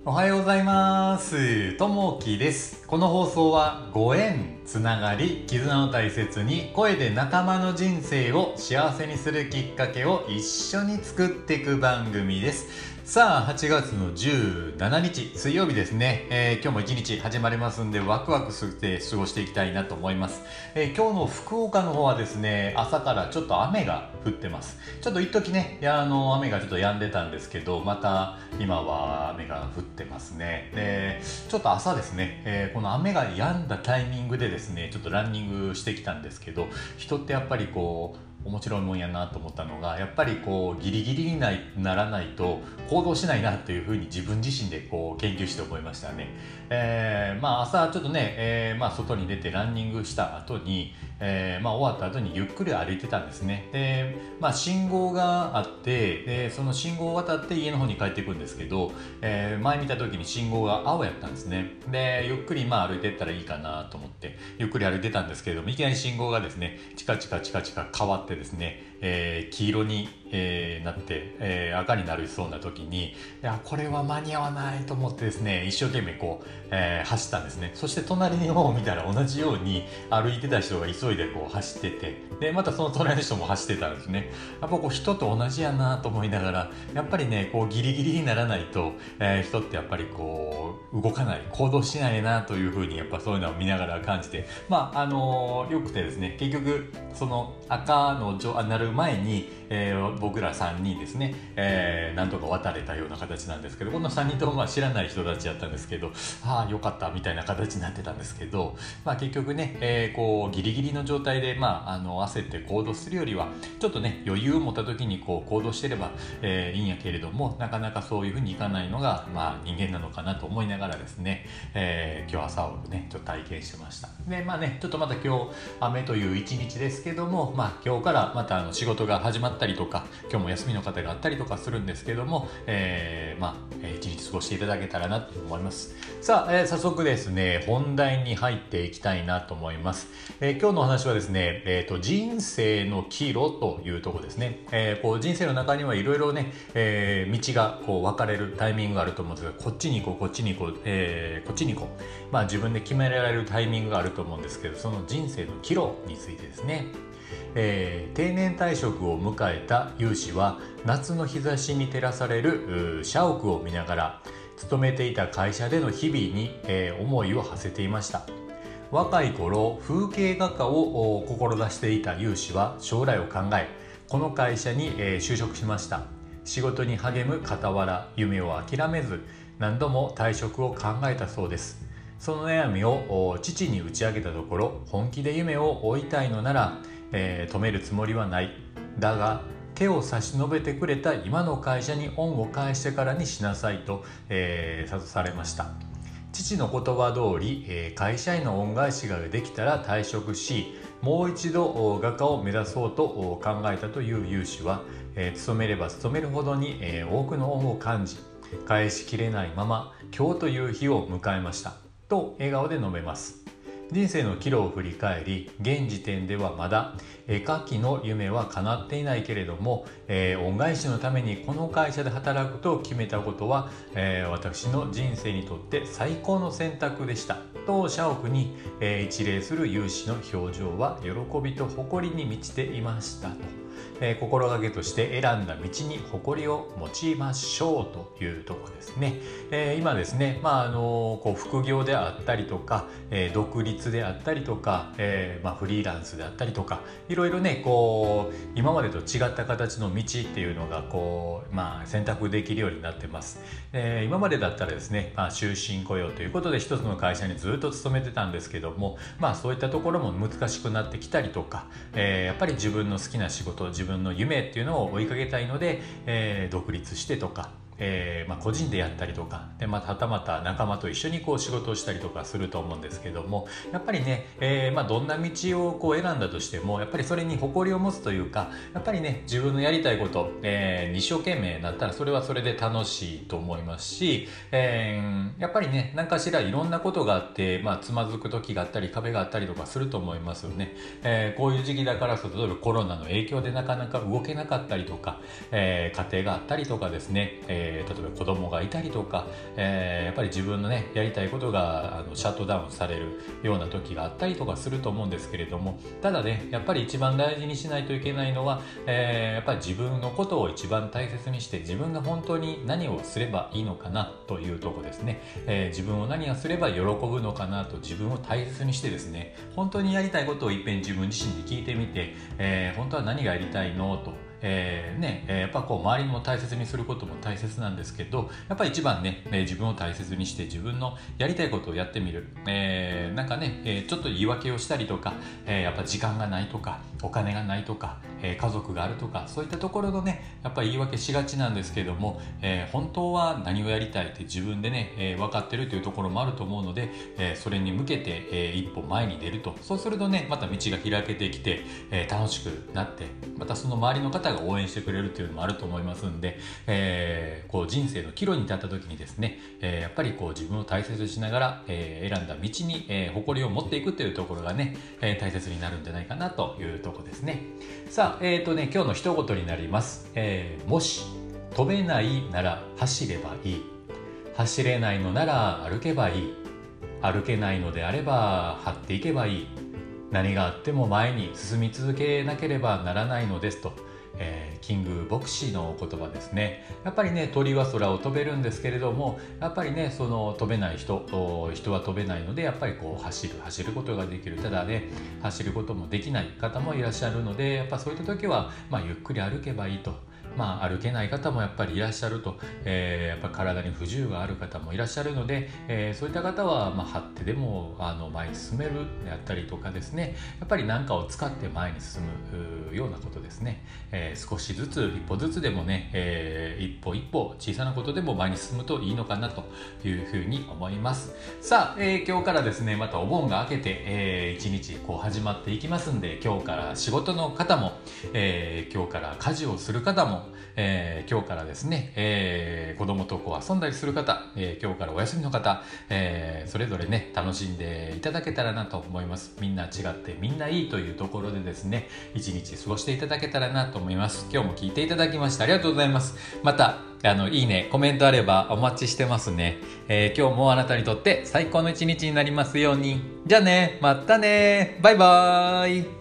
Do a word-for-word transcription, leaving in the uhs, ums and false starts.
おはようございます。ともきです。この放送はご縁、つながり、絆を大切に声で仲間の人生を幸せにするきっかけを一緒に作っていく番組です。さあはちがつのじゅうしちにち水曜日ですね、えー、今日も一日始まりますんでワクワクして過ごしていきたいなと思います。えー、今日の福岡の方はですね、朝からちょっと雨が降ってます。ちょっと一時ね、いやあの雨がちょっと止んでたんですけど、また今は雨が降ってますね。でちょっと朝ですね、えー、この雨が止んだタイミングでですねちょっとランニングしてきたんですけど、人ってやっぱりこう面白いもんやなと思ったのが、やっぱりこうギリギリにならないと行動しないなというふうに自分自身でこう研究して思いましたね。えー、まあ朝ちょっとね、えー、まあ外に出てランニングした後に、えー、まあ終わった後にゆっくり歩いてたんですね。で、まあ信号があって、でその信号を渡って家の方に帰っていくんですけど、えー、前見た時に信号が青やったんですね。でゆっくりまあ歩いていったらいいかなと思ってゆっくり歩いてたんですけれども、いきなり信号がですねチカチカチカチカ変わってですね、えー、黄色に、えー、なって、えー、赤になりそうな時に、いやこれは間に合わないと思ってですね、一生懸命こう、えー、走ったんですね。そして隣の方を見たら同じように歩いてた人が急いでこう走ってて、でまたその隣の人も走ってたんですね。やっぱこう人と同じやなと思いながら、やっぱりねこうギリギリにならないと、えー、人ってやっぱりこう動かない、行動しないなというふうにやっぱそういうのを見ながら感じて、まああのー、よくてですね、結局その赤のなる前に、えー、僕らさんにんですね、えー、なんとか渡れたような形なんですけど、このさんにんともまあ知らない人たちやったんですけど、ああよかったみたいな形になってたんですけど、まあ、結局ね、えー、こうギリギリの状態で、まあ、あの焦って行動するよりはちょっとね余裕を持った時にこう行動してれば、えー、いいんやけれども、なかなかそういうふうにいかないのが、まあ、人間なのかなと思いながらですね、えー、今日朝をねちょっと体験してました。でまあねちょっとまた今日雨という一日ですけども、まあ、今日からまたあの仕事が始まったりとか、今日も休みの方があったりとかするんですけども、えー、まあ一日過ごしていただけたらなと思います。さあ、えー、早速ですね本題に入っていきたいなと思います。えー、今日のお話はですね、えーと、人生の岐路というところですね。えー、こう人生の中にはいろいろね、えー、道がこう分かれるタイミングがあると思うんですが、こっちに行こうこっちに行こう、えー、こっちに行こう、まあ自分で決められるタイミングがあると思うんですけど、その人生の岐路についてですね。えー、定年退職を迎えた有志は夏の日差しに照らされる社屋を見ながら勤めていた会社での日々に、えー、思いを馳せていました。若い頃風景画家を志していた有志は将来を考え、この会社に、えー、就職しました。仕事に励む傍ら夢を諦めず何度も退職を考えたそうです。その悩みを父に打ち明けたところ、本気で夢を追いたいのならえー、止めるつもりはない。だが手を差し伸べてくれた今の会社に恩を返してからにしなさいと、えー、諭されました。父の言葉通り、えー、会社への恩返しができたら退職し、もう一度画家を目指そうと考えたという有志は、えー、勤めれば勤めるほどに、えー、多くの恩を感じ、返しきれないまま今日という日を迎えましたと笑顔で述べます。人生の岐路を振り返り、現時点ではまだ絵描きの夢は叶っていないけれども、えー、恩返しのためにこの会社で働くと決めたことは、えー、私の人生にとって最高の選択でしたと社屋に、えー、一礼する有志の表情は喜びと誇りに満ちていましたと。えー、心がけとして選んだ道に誇りを持ちましょうというところですね。えー、今ですね、まああのこう副業であったりとか、えー、独立であったりとか、えーまあ、フリーランスであったりとか、いろいろねこう今までと違った形の道っていうのがこう、まあ、選択できるようになってます。えー、今までだったらですね、まあ、終身雇用ということで一つの会社にずっと勤めてたんですけども、まあ、そういったところも難しくなってきたりとか、えー、やっぱり自分の好きな仕事、自分の夢っていうのを追いかけたいので、えー、独立してとか、えーまあ、個人でやったりとかで、まあ、はたまた仲間と一緒にこう仕事をしたりとかすると思うんですけども、やっぱりね、えーまあ、どんな道をこう選んだとしてもやっぱりそれに誇りを持つというか、やっぱりね自分のやりたいこと、えー、一生懸命なったらそれはそれで楽しいと思いますし、えー、やっぱりね何かしらいろんなことがあって、まあ、つまずく時があったり壁があったりとかすると思いますよね。えー、こういう時期だからこそ、例えばコロナの影響でなかなか動けなかったりとか、えー、家庭があったりとかですね、えーえー、例えば子供がいたりとか、えー、やっぱり自分のねやりたいことがあのシャットダウンされるような時があったりとかすると思うんですけれども、ただねやっぱり一番大事にしないといけないのは、えー、やっぱり自分のことを一番大切にして、自分が本当に何をすればいいのかなというとこですね、えー、自分を何をすれば喜ぶのかなと自分を大切にしてですね、本当にやりたいことをいっぺん自分自身に聞いてみて、えー、本当は何がやりたいのと、えーねえー、やっぱこう周りも大切にすることも大切なんですけど、やっぱり一番ね、えー、自分を大切にして自分のやりたいことをやってみる、えー、なんかね、えー、ちょっと言い訳をしたりとか、えー、やっぱ時間がないとかお金がないとか、えー、家族があるとか、そういったところのねやっぱり言い訳しがちなんですけども、えー、本当は何をやりたいって自分でね、えー、分かってるというところもあると思うので、えー、それに向けて、えー、一歩前に出ると、そうするとねまた道が開けてきて、えー、楽しくなって、またその周りの方が応援してくれるというのもあると思いますんで、えー、こう人生の岐路に立った時にですね、えー、やっぱりこう自分を大切にしながら、えー、選んだ道に、えー、誇りを持っていくというところがね、えー、大切になるんじゃないかなというところですね。さあ、えーとね今日の一言になります。えー、もし飛べないなら走ればいい、走れないのなら歩けばいい、歩けないのであれば這っていけばいい、何があっても前に進み続けなければならないのですと、えー、キング牧師の言葉ですね。やっぱりね鳥は空を飛べるんですけれども、やっぱりねその飛べない人人は飛べないので、やっぱりこう走る走ることができる、ただね走ることもできない方もいらっしゃるので、やっぱそういった時は、まあ、ゆっくり歩けばいいと。まあ、歩けない方もやっぱりいらっしゃると、えー、やっぱ体に不自由がある方もいらっしゃるので、えー、そういった方は、まあ、張ってでもあの前に進めるであったりとかですね、やっぱり何かを使って前に進むようなことですね、えー、少しずつ一歩ずつでもね、えー、一歩一歩小さなことでも前に進むといいのかなというふうに思います。さあ、えー、今日からですねまたお盆が明けて、えー、一日こう始まっていきますんで、今日から仕事の方も、えー、今日から家事をする方も、えー、今日からですね、えー、子供とこう遊んだりする方、えー、今日からお休みの方、えー、それぞれね楽しんでいただけたらなと思います。みんな違ってみんないいというところでですね、一日過ごしていただけたらなと思います。今日も聞いていただきましてありがとうございます。またあのいいねコメントあればお待ちしてますね、えー、今日もあなたにとって最高の一日になりますように。じゃあね、またね、バイバーイ。